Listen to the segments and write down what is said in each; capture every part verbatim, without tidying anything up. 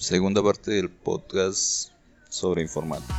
Segunda parte del podcast sobre informática.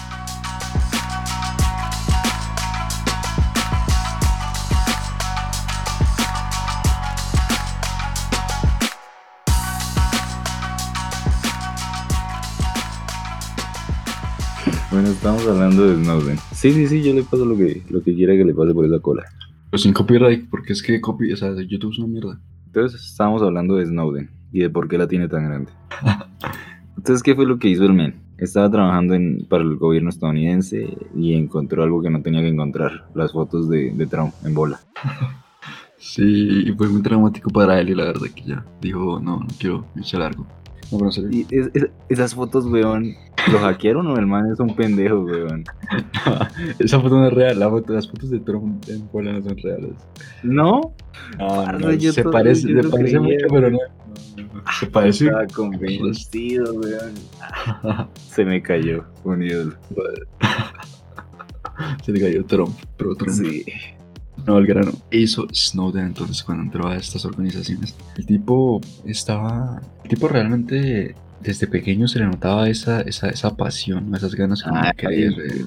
Bueno, estamos hablando de Snowden. Sí, sí, sí, yo le paso lo que, lo que quiera que le pase por esa cola. Pero sin copyright, porque es que copy, o sea, YouTube es una mierda. Entonces, estábamos hablando de Snowden y de por qué la tiene tan grande. Entonces, ¿qué fue lo que hizo el men? Estaba trabajando en, para el gobierno estadounidense y encontró algo que no tenía que encontrar, las fotos de, de Trump en bola. Sí, y fue muy traumático para él y la verdad que ya dijo, no, no quiero irse largo. No, pero en serio. Y es, es, esas fotos, weón, ¿lo hackearon o el man es un pendejo, weón? Esa foto no es real, la foto, las fotos de Trump en bola no son reales. ¿No? Ah, Parce, no, yo se todo- parece, yo se lo parece creía, mucho, pero no. no, no, no. Se parece. Estaba convencido, weón. Se me cayó, un ídolo. Se le cayó Trump, pero Trump. Sí. No, el grano. Hizo Snowden entonces cuando entró a estas organizaciones. El tipo estaba. El tipo realmente desde pequeño se le notaba esa, esa, esa pasión, esas ganas como de Ay, querer eh,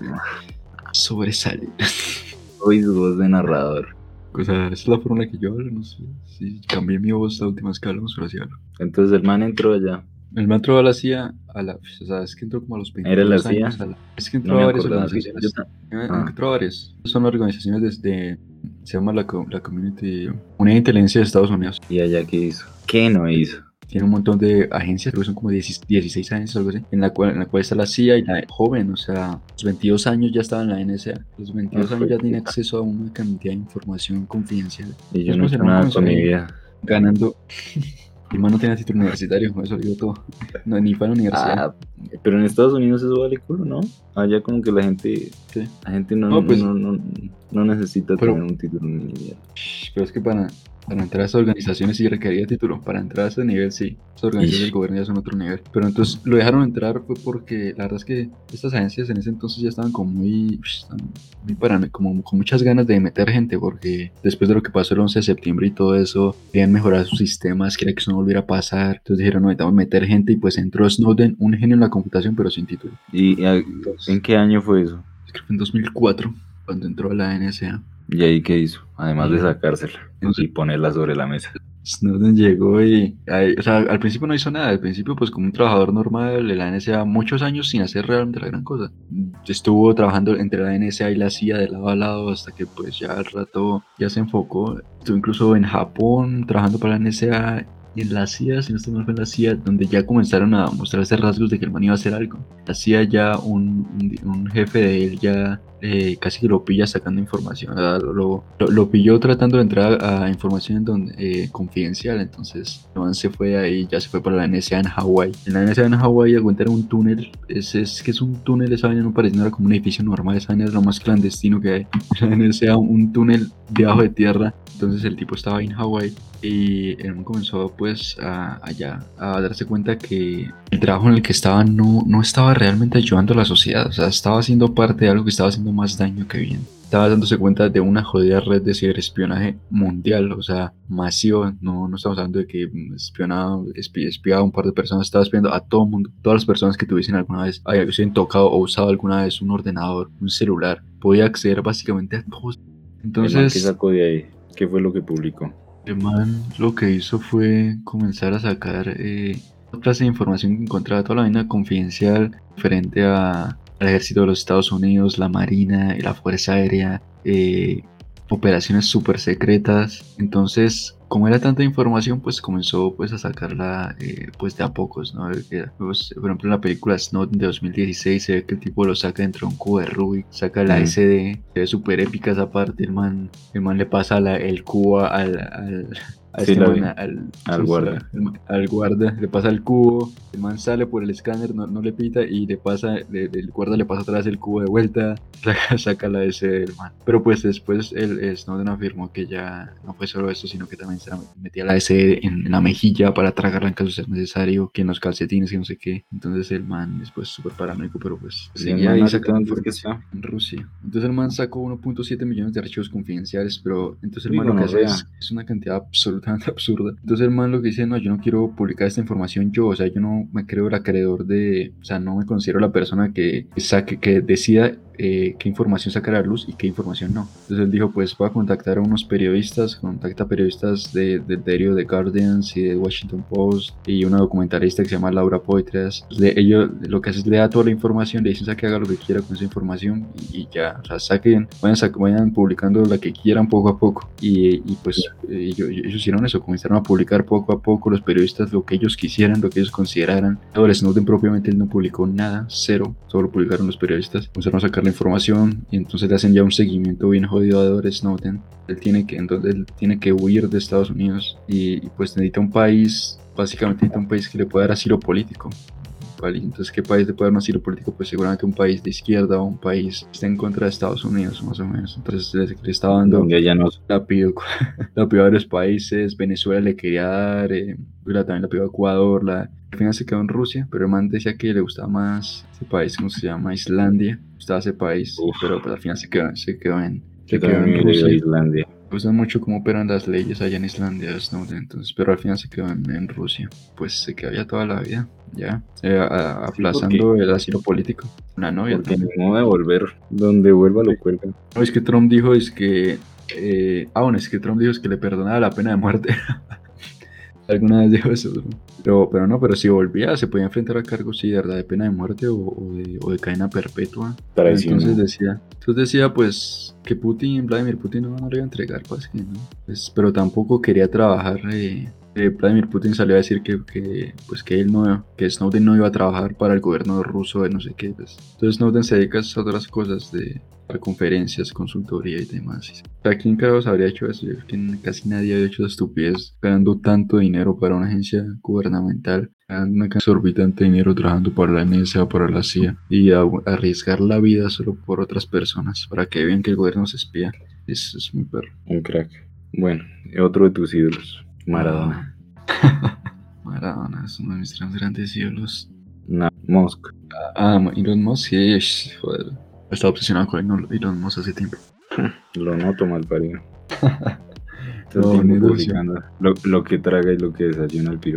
sobresalir. Hoy su voz de narrador. O sea, esa es la forma en la que yo hablo, no sé. Si cambié mi voz la última vez que hablamos, pero así hablo. Entonces el man entró allá. El man entró a la C I A, a la, o sea, es que entró como a los ¿Era la veintidós C I A? años. A la, es que entró No me a varias acordaba. organizaciones. Yo ta- Eh, Ah. Entró a varias. Son organizaciones desde. Se llama la, co- la Community. Unidad de Inteligencia de Estados Unidos. ¿Y allá qué hizo? ¿Qué no hizo? Tiene un montón de agencias, creo que son como dieciséis agencias o algo así, en la cual, en la cual está la C I A y la joven, o sea, los veintidós años ya estaba en la N S A. Los veintidós Ah, años ya fue tiene puta. acceso a una cantidad de información confidencial. Y yo Entonces, no he pues, hecho el man nada comenzó con mi ahí vida. ganando. El man no tenía título universitario, eso lo digo todo. No, ni fue a la universidad. Ah, pero en Estados Unidos eso vale culo, ¿no? Allá como que la gente, Sí. la gente no, No, pues- no, no, no necesita Pero- tener un título ni mierda. Pero es que para, para entrar a esas organizaciones sí requería título. Para entrar a ese nivel sí. Esas organizaciones Ish. del gobierno ya son otro nivel. Pero entonces lo dejaron entrar fue porque la verdad es que estas agencias en ese entonces ya estaban como muy, ush, estaban muy para, como con muchas ganas de meter gente. Porque después de lo que pasó el once de septiembre y todo eso, querían mejorar sus sistemas, querían que eso no volviera a pasar. Entonces dijeron, no, necesitamos meter gente. Y pues entró Snowden, un genio en la computación, pero sin título. ¿Y a- Entonces, en qué año fue eso? creo que fue en dos mil cuatro, cuando entró a la N S A. ¿Y ahí qué hizo? Además de Y- sacársela Entonces- y ponerla sobre la mesa. Snowden llegó y, ay, o sea, al principio no hizo nada, al principio pues como un trabajador normal de la N S A, muchos años sin hacer realmente la gran cosa. Estuvo trabajando entre la N S A y la C I A de lado a lado hasta que pues ya al rato ya se enfocó. Estuvo incluso en Japón trabajando para la N S A y en la C I A, si no estoy mal fue en la C I A, donde ya comenzaron a mostrarse rasgos de que el man iba a hacer algo. La C I A ya, un, un, un jefe de él ya eh, casi que lo pilla sacando información, ¿verdad? lo, lo, lo pilló tratando de entrar a, a información en donde, eh, confidencial, entonces el man se fue ahí, ya se fue para la N S A en Hawái. En la N S A en Hawái aguantaron un túnel, es, es que es un túnel, esa vaina no parece nada como un edificio normal, esa vaina es lo más clandestino que hay. En la N S A un túnel debajo de tierra, entonces el tipo estaba ahí en Hawái y el man comenzó pues a, allá a darse cuenta que el trabajo en el que estaba no, no estaba realmente ayudando a la sociedad, o sea, estaba siendo parte de algo que estaba haciendo más daño que bien. Estaba dándose cuenta de una jodida red de ciberespionaje mundial, o sea, masivo. No, no estamos hablando de que espionaba, espi- espiaba a un par de personas, estaba espiando a todo el mundo, todas las personas que tuviesen alguna vez, hubiesen tocado o usado alguna vez un ordenador, un celular, podía acceder básicamente a todos. ¿El man qué Entonces, sacó de ahí? ¿Qué fue lo que publicó? el man lo que hizo fue comenzar a sacar eh, otra clase de información que encontraba, toda la vaina confidencial frente a, al ejército de los Estados Unidos, la marina y la fuerza aérea, eh, operaciones súper secretas. Entonces, como era tanta información, pues comenzó pues a sacarla eh, pues de a pocos, ¿no? Eh, pues, por ejemplo, en la película Snowden de dos mil dieciséis se ve que el tipo lo saca dentro de un cubo de Rubik, saca la Mm. S D, se ve súper épica esa parte, el man, el man le pasa la- el cubo al... al a Sí, este la man, vi. al, Al sí, guarda. el man- al guarda, le pasa el cubo, el man sale por el escáner, no, no le pita y le pasa, le- el guarda le pasa atrás el cubo de vuelta, saca, saca la S del man. Pero pues después el, el Snowden afirmó que ya no fue solo eso, sino que también se la metía la S en, en la mejilla para tragarla en caso de ser necesario, que en los calcetines, que no sé qué. Entonces el man después súper paranoico, pero pues ¿Y el seguía man ahí ahorita sacando dónde es que información está? en Rusia. Entonces el man sacó uno punto siete millones de archivos confidenciales, pero entonces el Uy, man lo que hace gonorrea. es, es una cantidad absoluta absolutamente absurda. Entonces el man lo que dice, no, yo no quiero publicar esta información yo, o sea, yo no me creo el acreedor de, o sea, no me considero la persona que saque, que decida eh, qué información sacar a la luz y qué información no. Entonces él dijo, pues voy a contactar a unos periodistas, contacta a periodistas de, del diario The Guardian y de Washington Post y una documentalista que se llama Laura Poitras. Le, ellos lo que hace es le da toda la información, le dicen saque haga lo que quiera con esa información y, y ya, o sea, saquen, vayan, sa- vayan publicando la que quieran poco a poco. Y, y pues eh, ellos, ellos hicieron eso, comenzaron a publicar poco a poco los periodistas lo que ellos quisieran, lo que ellos consideraran. Ahora Snowden propiamente él no publicó nada, cero, solo publicaron los periodistas, comenzaron a sacar la información y entonces le hacen ya un seguimiento bien jodido a Edward Snowden. Él tiene que, entonces, él tiene que huir de Estados Unidos y, y pues necesita un país, básicamente necesita un país que le pueda dar asilo político. Entonces, ¿qué país le puede dar un asilo político? Pues seguramente un país de izquierda o un país que esté en contra de Estados Unidos, más o menos. Entonces le, le está dando, Donde ya no. la pidió, la pidió a varios países, Venezuela le quería dar, eh, la- también la pidió a Ecuador, la, al final se quedó en Rusia, pero el man decía que le gustaba más ese país, ¿cómo se llama? Islandia, le gustaba ese país, Uf. pero pues, al final se quedó, se quedó en, se Yo quedó también en me iría a Rusia. Islandia. Me gusta mucho cómo operan las leyes allá en Islandia, Snowden, entonces, pero al final se quedó en, en Rusia. Pues se quedó allá toda la vida, ya, eh, a- aplazando el asilo político. Una novia Porque también. no de volver. Donde vuelva lo cuelgan. No, es que Trump dijo es que... eh, ah, bueno, es que Trump dijo es que le perdonaba la pena de muerte. Alguna vez dijo eso, ¿no? Pero, pero no, pero si volvía se podía enfrentar a cargos, sí, de verdad, de pena de muerte o, o de, o de cadena perpetua. Traición. Entonces decía, entonces decía pues que Putin, Vladimir Putin no, no le iba a entregar, pues que no. Pues, pero tampoco quería trabajar. Eh, eh, Vladimir Putin salió a decir que, que, pues que él no, que Snowden no iba a trabajar para el gobierno ruso de no sé qué. Pues. Entonces Snowden se dedica a esas otras cosas de dar conferencias, consultoría y demás. O sea, ¿quién carajo habría hecho eso? Yo creo que casi nadie había hecho esa estupidez, ganando tanto dinero para una agencia gubernamental, ganando una exorbitante dinero trabajando para la N S A, para la C I A, y a, a arriesgar la vida solo por otras personas, para que vean que el gobierno se espía. Es, es muy perro. Un crack. Bueno, otro de tus ídolos. Maradona. Ah. Maradona es uno de mis tres grandes ídolos. Nah, Musk. Ah, Elon Musk, sí, sh- joder. Estaba obsesionado con Elon Elon Musk hace tiempo. Lo noto mal parido. Todo No, el tiempo ni publicando lo, lo que traga y lo que desayuna el piro.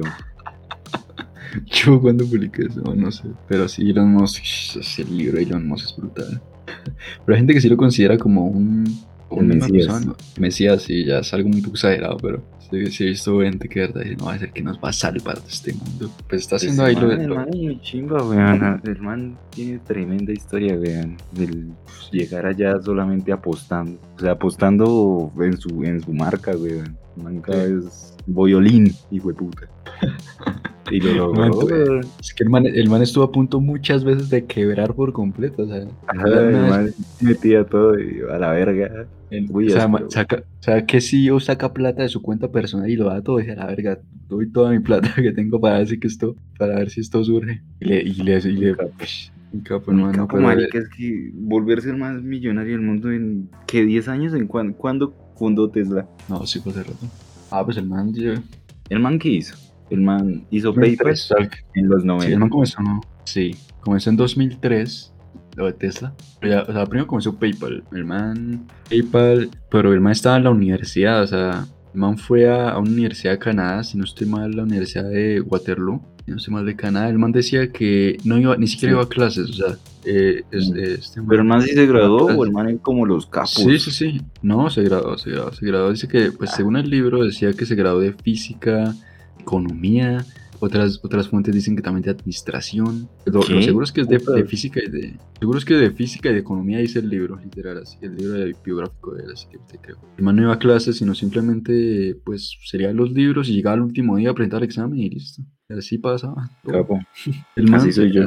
Yo cuando publiqué eso, no sé. Pero sí, Elon Musk, sh- ese libro de Elon Musk es brutal. Pero hay gente que sí lo considera como un... como El una Mesías. persona, ¿no? Mesías, sí, ya es algo muy poco exagerado, pero sí, sí he visto gente que de verdad dice, no, va a ser que nos va a salvar de este mundo. Pues está haciendo Ese ahí lo man, de... el man es muy chimba, weón. El man tiene tremenda historia, weón. Del llegar allá solamente apostando. O sea, apostando en su, en su marca, weón. El man cada Sí. vez violín, hijo de puta. Y lo logró, Momento, weón. Es que el man, el man estuvo a punto muchas veces de quebrar por completo, o sea... Ajá, ya el una man vez- metía todo y a la verga. el- Muy o, sea, áspero, ma- saca, o sea, que C E O saca plata de su cuenta personal y lo da todo, y a la verga, doy toda mi plata que tengo para ver si, que esto, para ver si esto surge. Y le... Y le, y le Un capo. psh, un capo, Mi hermano, capo, pero... marica, es que volverse el más millonario del mundo en, ¿qué? ¿diez años? ¿En cuán- cuándo fundó Tesla? No, sí, pues de rato. Ah, pues el man... yo- ¿El man qué hizo? El man hizo dos mil PayPal tres, tal- en los Sí, el noventa. man comenzó, ¿no? Sí, comenzó en dos mil tres, lo de Tesla. Pero ya, o sea, primero comenzó PayPal. El man, PayPal, pero el man estaba en la universidad, o sea, el man fue a, a una universidad de Canadá, si no estoy mal, la Universidad de Waterloo, si no estoy mal de Canadá. El man decía que no iba, ni siquiera Sí. iba a clases, o sea, eh, es- Mm. eh, este Pero el man sí se graduó clases. o el man es como los capos. Sí, sí, sí. No, se graduó, se graduó, se graduó. Dice que, pues, según el libro, decía que se graduó de física, economía. Otras, otras fuentes dicen que también de administración. Lo, ¿Qué? lo seguro es que es de, de Putas. física y de. Seguro es que de física y de economía dice el libro, literal, así. El libro de- biográfico de él, así que te creo. El man no iba a clases, sino simplemente, pues, serían los libros y llegaba el último día a presentar el examen y listo. Y así pasaba. todo. Capo. El man, Así soy yo.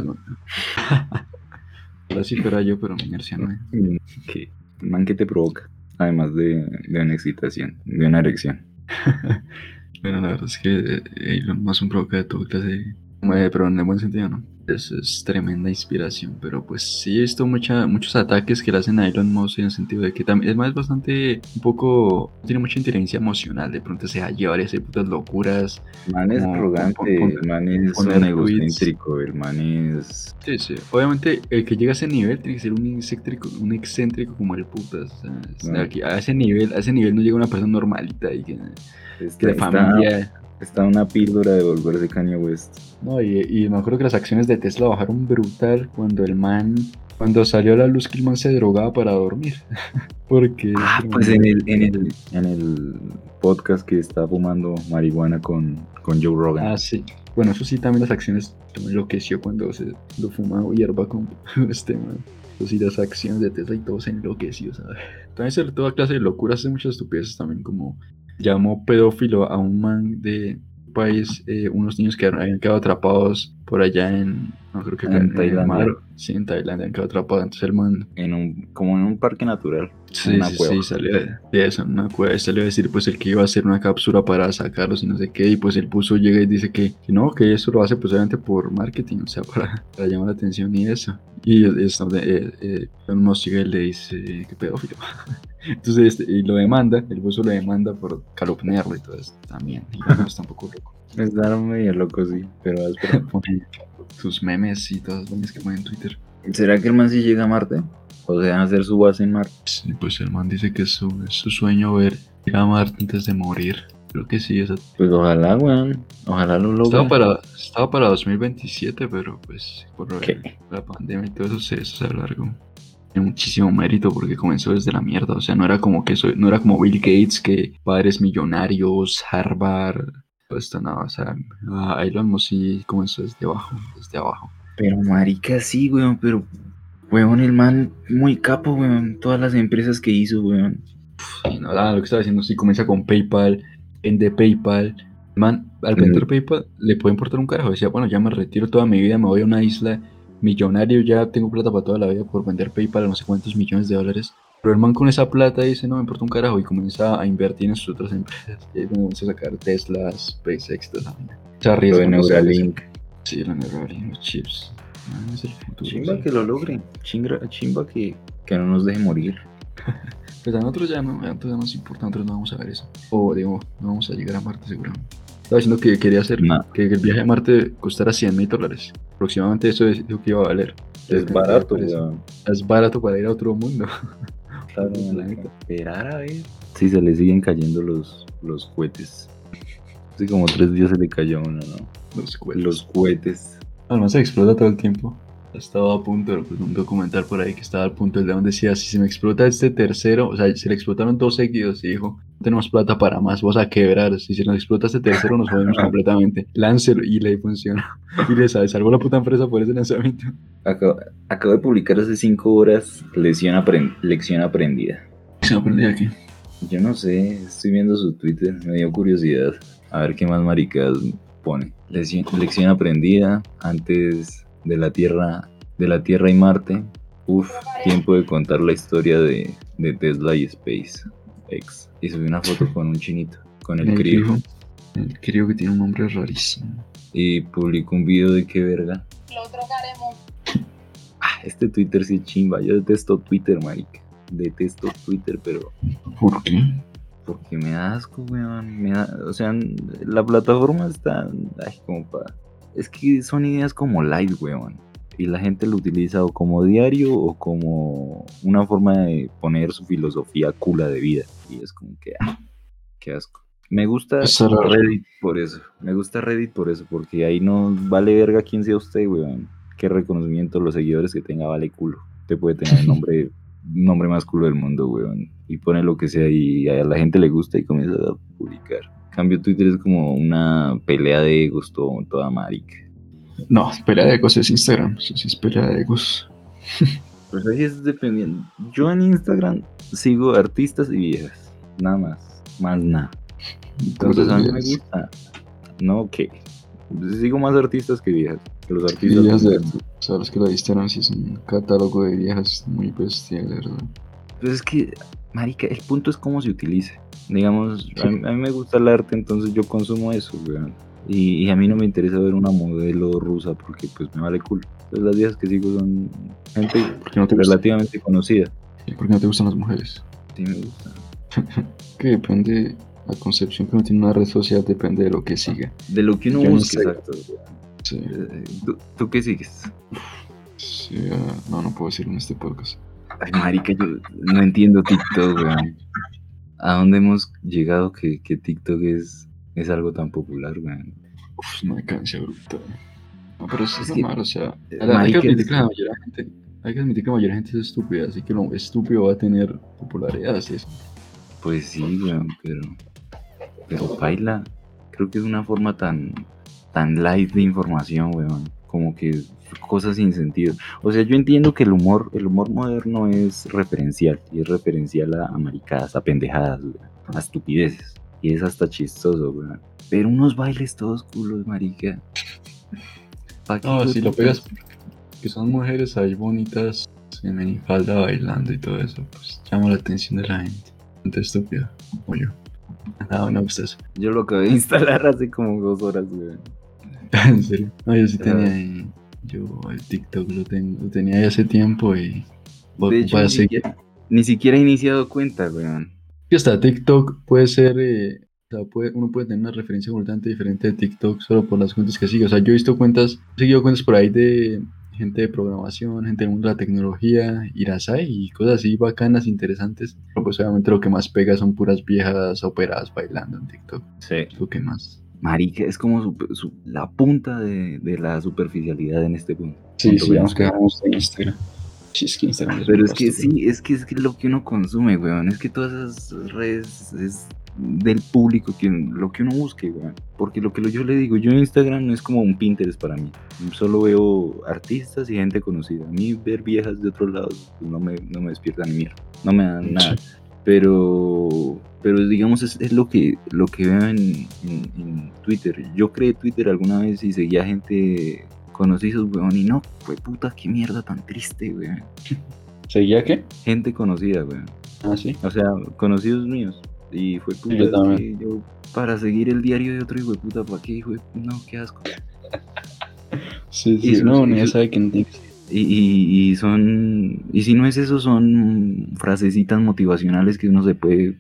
Así fuera yo, pero mi inercia no es. Mm, ¿qué? El man que te provoca, además de, de una excitación, de una erección. Bueno, la verdad es que eh, Elon Musk un provoca de todo clase, de- eh, pero en el buen sentido, ¿no? Eso es tremenda inspiración, pero pues sí he visto mucha, muchos ataques que le hacen a Elon Musk en el sentido de que también es más bastante un poco, tiene mucha inteligencia emocional, de pronto se va a llevar esas putas locuras, El man es como pon- arrogante, pon- pon- el man es poner un tweets. egocéntrico, el man es... Sí, sí. Obviamente el que llega a ese nivel tiene que ser un excéntrico, un excéntrico como el putas. O sea, es- No. aquí- a ese nivel, a ese nivel no llega una persona normalita y que, que Está, de está, familia. está una píldora de volverse Kanye West. No, y, y me acuerdo que las acciones de Tesla bajaron brutal cuando el man, cuando salió a la luz que el man se drogaba para dormir. Porque Ah, el pues man- en el, en el, en el podcast que está fumando marihuana con, con Joe Rogan. Ah, sí. Bueno, eso sí, también las acciones me enloqueció cuando se lo fumaba hierba con este man. Eso sí, las acciones de Tesla y todo se enloqueció, ¿sabes? También se toda clase de locuras, hace muchas estupideces también, como llamó pedófilo a un man de un país, eh, unos niños que habían quedado atrapados por allá en, no creo que En en, en el Tailandia. mar, sí, en Tailandia, han quedado atrapados, entonces el man, En un, como en un parque natural. sí, una sí, cueva. sí, salió de, de eso, en una cueva, y salió a decir pues el que iba a hacer una cápsula para sacarlos y no sé qué, y pues el puso llega y dice que, que no, que eso lo hace pues obviamente por marketing, o sea, para, para llamar la atención y eso. Y es donde eh, eh, Elon Musk llega y le dice que pedófilo. Entonces, este, y lo demanda, el buzo lo demanda por calumniarlo y todo eso también. Y Elon Musk está un poco loco. Está medio loco, sí. Pero espera. Pone sus memes y todas las vainas que pone en Twitter. ¿Será que el man sí llega a Marte? O sea, hacer su base en Marte. Sí, pues el man dice que es su, es su sueño ver ir a Marte antes de morir. Creo que sí, esa Pues ojalá, weón. Ojalá lo logre. Estaba para, estaba para dos mil veintisiete, pero pues por lo de ¿Qué? la pandemia y todo eso se, eso se alargó. Tiene muchísimo mérito porque comenzó desde la mierda. O sea, no era como que soy, no era como Bill Gates, que padres millonarios, Harvard, todo esto nada. O sea, a Elon Musk sí comenzó desde abajo, desde abajo. Pero marica, sí, weón. Pero, weón, el man muy capo, weón. Todas las empresas que hizo, weón. Y no, nada, lo que estaba diciendo, sí comienza con PayPal, vende PayPal. Man, al vender Mm. PayPal le puede importar un carajo. Decía, bueno, ya me retiro toda mi vida, me voy a una isla millonario, ya tengo plata para toda la vida por vender PayPal a no sé cuántos millones de dólares. Pero el man con esa plata dice, no me importa un carajo, y comienza a invertir en sus otras empresas. Y ahí es donde comienza a sacar Teslas, SpaceX, toda esa vaina. Se Lo arriesga de con los dólares. Neuralink. Sí, la Neuralink, los chips. Man, es el futuro. Chimba sí. que lo logre. Chimba, chimba que, que no nos deje morir. Pues a nosotros ya no, a nosotros ya nos importa, nosotros no vamos a ver eso. O digo, no vamos a llegar a Marte seguramente. Estaba diciendo que quería hacer No. que el viaje a Marte costara cien mil dólares. Aproximadamente eso es lo que iba a valer. Es barato, Por eso. weón. Es barato para ir a otro mundo. Claro, Otro marica. planeta. Esperar a ver. Sí, se le siguen cayendo los, los cohetes. Hace como tres días se le cayó uno, ¿no? Los cohetes. Los cohetes. Además se explota todo el tiempo. Estaba a punto, pues, un documental por ahí que estaba al punto, el león decía, si se me explota este tercero, o sea, se le explotaron dos seguidos y dijo, no tenemos plata para más, vas a quebrar, si se nos explota este tercero nos jodemos completamente, láncelo, y le funcionó, y le sal- salvó la puta empresa por ese lanzamiento. Acabo, acabo de publicar hace cinco horas lección, apren- lección aprendida. Se aprendí aquí. Yo no sé, estoy viendo su Twitter, me dio curiosidad. A ver qué más maricas pone. Lección, lección aprendida antes de la Tierra, de la Tierra y Marte. Uf, tiempo de contar la historia de, de Tesla y SpaceX. Y subí una foto con un chinito, con el crío. El crío que tiene un nombre rarísimo. Y publicó un video de qué verga. Lo trocaremos. Ah, este Twitter sí es chimba. Yo detesto Twitter, marica. Detesto Twitter, pero ¿Por qué? porque me da asco, weón. Me da, o sea, la plataforma está, ay, como para... Es que son ideas como light, weón. Y la gente lo utiliza o como diario o como una forma de poner su filosofía cula de vida. Y es como que, ah, qué asco. Me gusta Eso era- Reddit por eso. Me gusta Reddit por eso, porque ahí no vale verga quién sea usted, weón. Qué reconocimiento, los seguidores que tenga vale culo. Usted puede tener el nombre, nombre más culo del mundo, weón. Y pone lo que sea y a la gente le gusta y comienza a publicar. En cambio, Twitter es como una pelea de egos, todo, toda marica. No, pelea de egos es Instagram. Eso sí es pelea de egos. Pues ahí es dependiendo. Yo en Instagram sigo artistas y viejas. Nada más. Más nada. Entonces a mí me gusta. No, ¿qué? Sigo más artistas que viejas. Que los artistas. Viejas de, sabes que la Instagram sí es un catálogo de viejas muy bestial, la verdad. Pues es que, marica, el punto es cómo se utilice. Digamos, a mí, a mí me gusta el arte, entonces yo consumo eso, weón. Y, y a mí no me interesa ver una modelo rusa porque pues me vale culo. Entonces las viejas que sigo son gente ¿Por qué no te gusta? relativamente conocida. ¿Y por qué no te gustan las mujeres? Sí me gusta. Que depende, la concepción que uno tiene en una red social depende de lo que siga. De lo que uno Yo no busque, sé. exacto. Sí, Eh, ¿Tú, tú qué sigues? sí, ah, no, no puedo decirlo en este podcast. Ay, marica, yo no entiendo TikTok, weón. ¿A dónde hemos llegado que, que TikTok es, es algo tan popular, weón? Uf, una decadencia brutal. No, pero eso es, Es que, normal, o sea, eh, la- hay que marica, admitir es- que la mayoría de gente, hay que admitir que la mayoría de gente es estúpida, así que lo estúpido va a tener popularidad, así es. pues sí, weón, pero, pero paila, creo que es una forma tan, tan light de información, weón, como que cosas sin sentido. O sea, yo entiendo que el humor, el humor moderno es referencial, y es referencial a, a maricadas, a pendejadas, weón, a estupideces, y es hasta chistoso, weón. Pero unos bailes todos culos, marica. ¿Pa' qué, No, hijo de si lo puta? pegas, que son mujeres ahí bonitas, en minifalda bailando y todo eso, pues llama la atención de la gente. Gente estúpida, como yo. No, no gusta eso. Yo lo acabé de instalar hace como dos horas, weón. En serio. No, yo sí tenía Ah. ahí, yo el TikTok lo, tengo, lo tenía ahí hace tiempo y De hecho, para ni seguir. siquiera, ni siquiera he iniciado cuenta, weón. Que hasta TikTok puede ser, eh, o sea, puede, uno puede tener una referencia completamente diferente de TikTok solo por las cuentas que sigue. O sea, yo he visto cuentas, he seguido cuentas por ahí de gente de programación, gente del mundo de la tecnología, Irasai y cosas así bacanas, interesantes. Pero pues obviamente lo que más pega son puras viejas operadas bailando en TikTok. Sí. Es lo que más. Marica, es como su- su- la punta de, de la superficialidad en este punto. Sí, punto sí, ya nos Venezuela. quedamos en Instagram. Sí, es que Instagram es Pero muy es que vasto, pero- sí, es que es que lo que uno consume, weón. Es que todas esas redes es del público, que, lo que uno busque, weón. Porque lo que lo- yo le digo, yo Instagram no es como un Pinterest para mí. Solo veo artistas y gente conocida. A mí ver viejas de otros lados pues, no, me, no me despierta ni mierda. No me dan nada. Sí. Pero, pero digamos, es, es lo que lo que veo en, en- en Twitter. Yo creé Twitter alguna vez y seguía gente conocidos, weón. Y no, fue puta, qué mierda tan triste, weón. ¿Seguía qué? Gente conocida, weón. Ah, sí. O sea, conocidos míos. Y fue puta, yo es también. que yo para seguir el diario de otro hijo de puta, ¿para qué, hijo de puta? No, qué asco. Sí, sí. Eso- no, ni eso- sabe que no tiene. Y, y, y son, y si no es eso, son frasecitas motivacionales que uno se puede.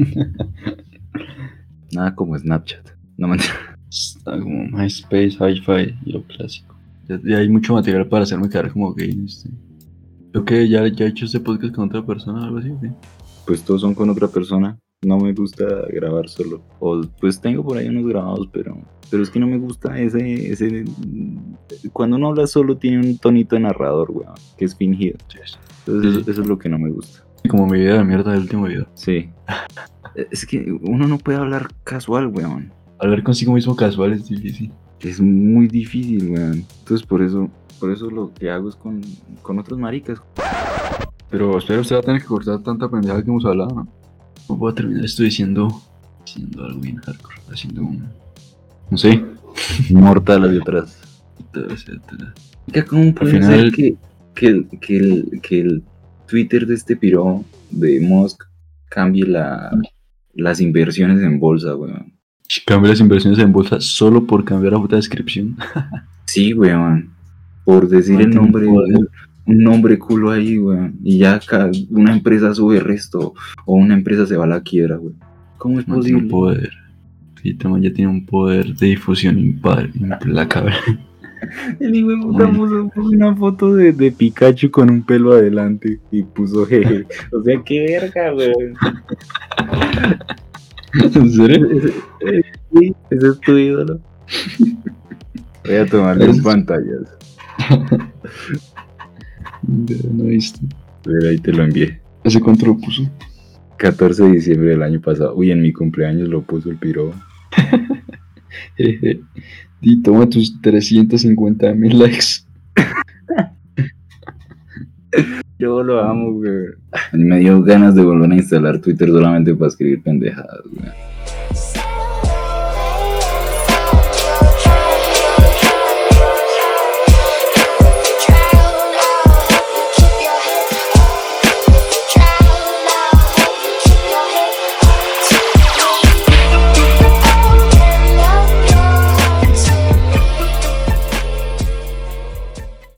Nada como Snapchat. No manches. Está como MySpace, Hi-Fi y lo clásico. Ya, ya hay mucho material para hacerme quedar como gay en este. Creo que ya, ya he hecho este podcast con otra persona o algo así, ¿sí? Pues todos son con otra persona. No me gusta grabar solo. O pues tengo por ahí unos grabados, pero. Pero es que no me gusta ese. ese cuando uno habla solo tiene un tonito de narrador, weón. Que es fingido. Entonces Sí. eso, eso es lo que no me gusta. Como mi video de mierda del último video. Sí. Es que uno no puede hablar casual, weón. Hablar consigo mismo casual es difícil. Es muy difícil, weón. Entonces por eso. Por eso lo que hago es con, con otros maricas. Pero espero usted va a tener que cortar tanta pendejada que hemos hablado, ¿no? No puedo terminar esto diciendo. Diciendo algo bien hardcore. Haciendo un. No sé. Mortal hacia atrás. etcétera. ¿Cómo puede Al final- ser que, que, el, que, el, que el Twitter de este piro de Musk cambie la, las inversiones en bolsa, weón? Cambia las inversiones en bolsa solo por cambiar la puta descripción. Sí, weón. Por decir No el tiene nombre, poder. un, un nombre culo ahí, weón. Y ya ca- una empresa sube resto o una empresa se va a la quiebra, weón. ¿Cómo es No tiene un posible? poder. Sí, Tama ya tiene un poder de difusión impar, implacable. El hijo de puta puso puso una foto de, de Pikachu con un pelo adelante y puso jeje. O sea, qué verga, weón. ¿En serio? Ese, sí, ese es tu ídolo. Voy a tomarle en pantallas. No he visto. Pero ahí te lo envié. ¿Hace cuánto lo puso? catorce de diciembre del año pasado. Uy, en mi cumpleaños lo puso el piro. Jeje. Y toma tus trescientos cincuenta mil likes. Yo lo amo, güey. Me dio ganas de volver a instalar Twitter solamente para escribir pendejadas, güey.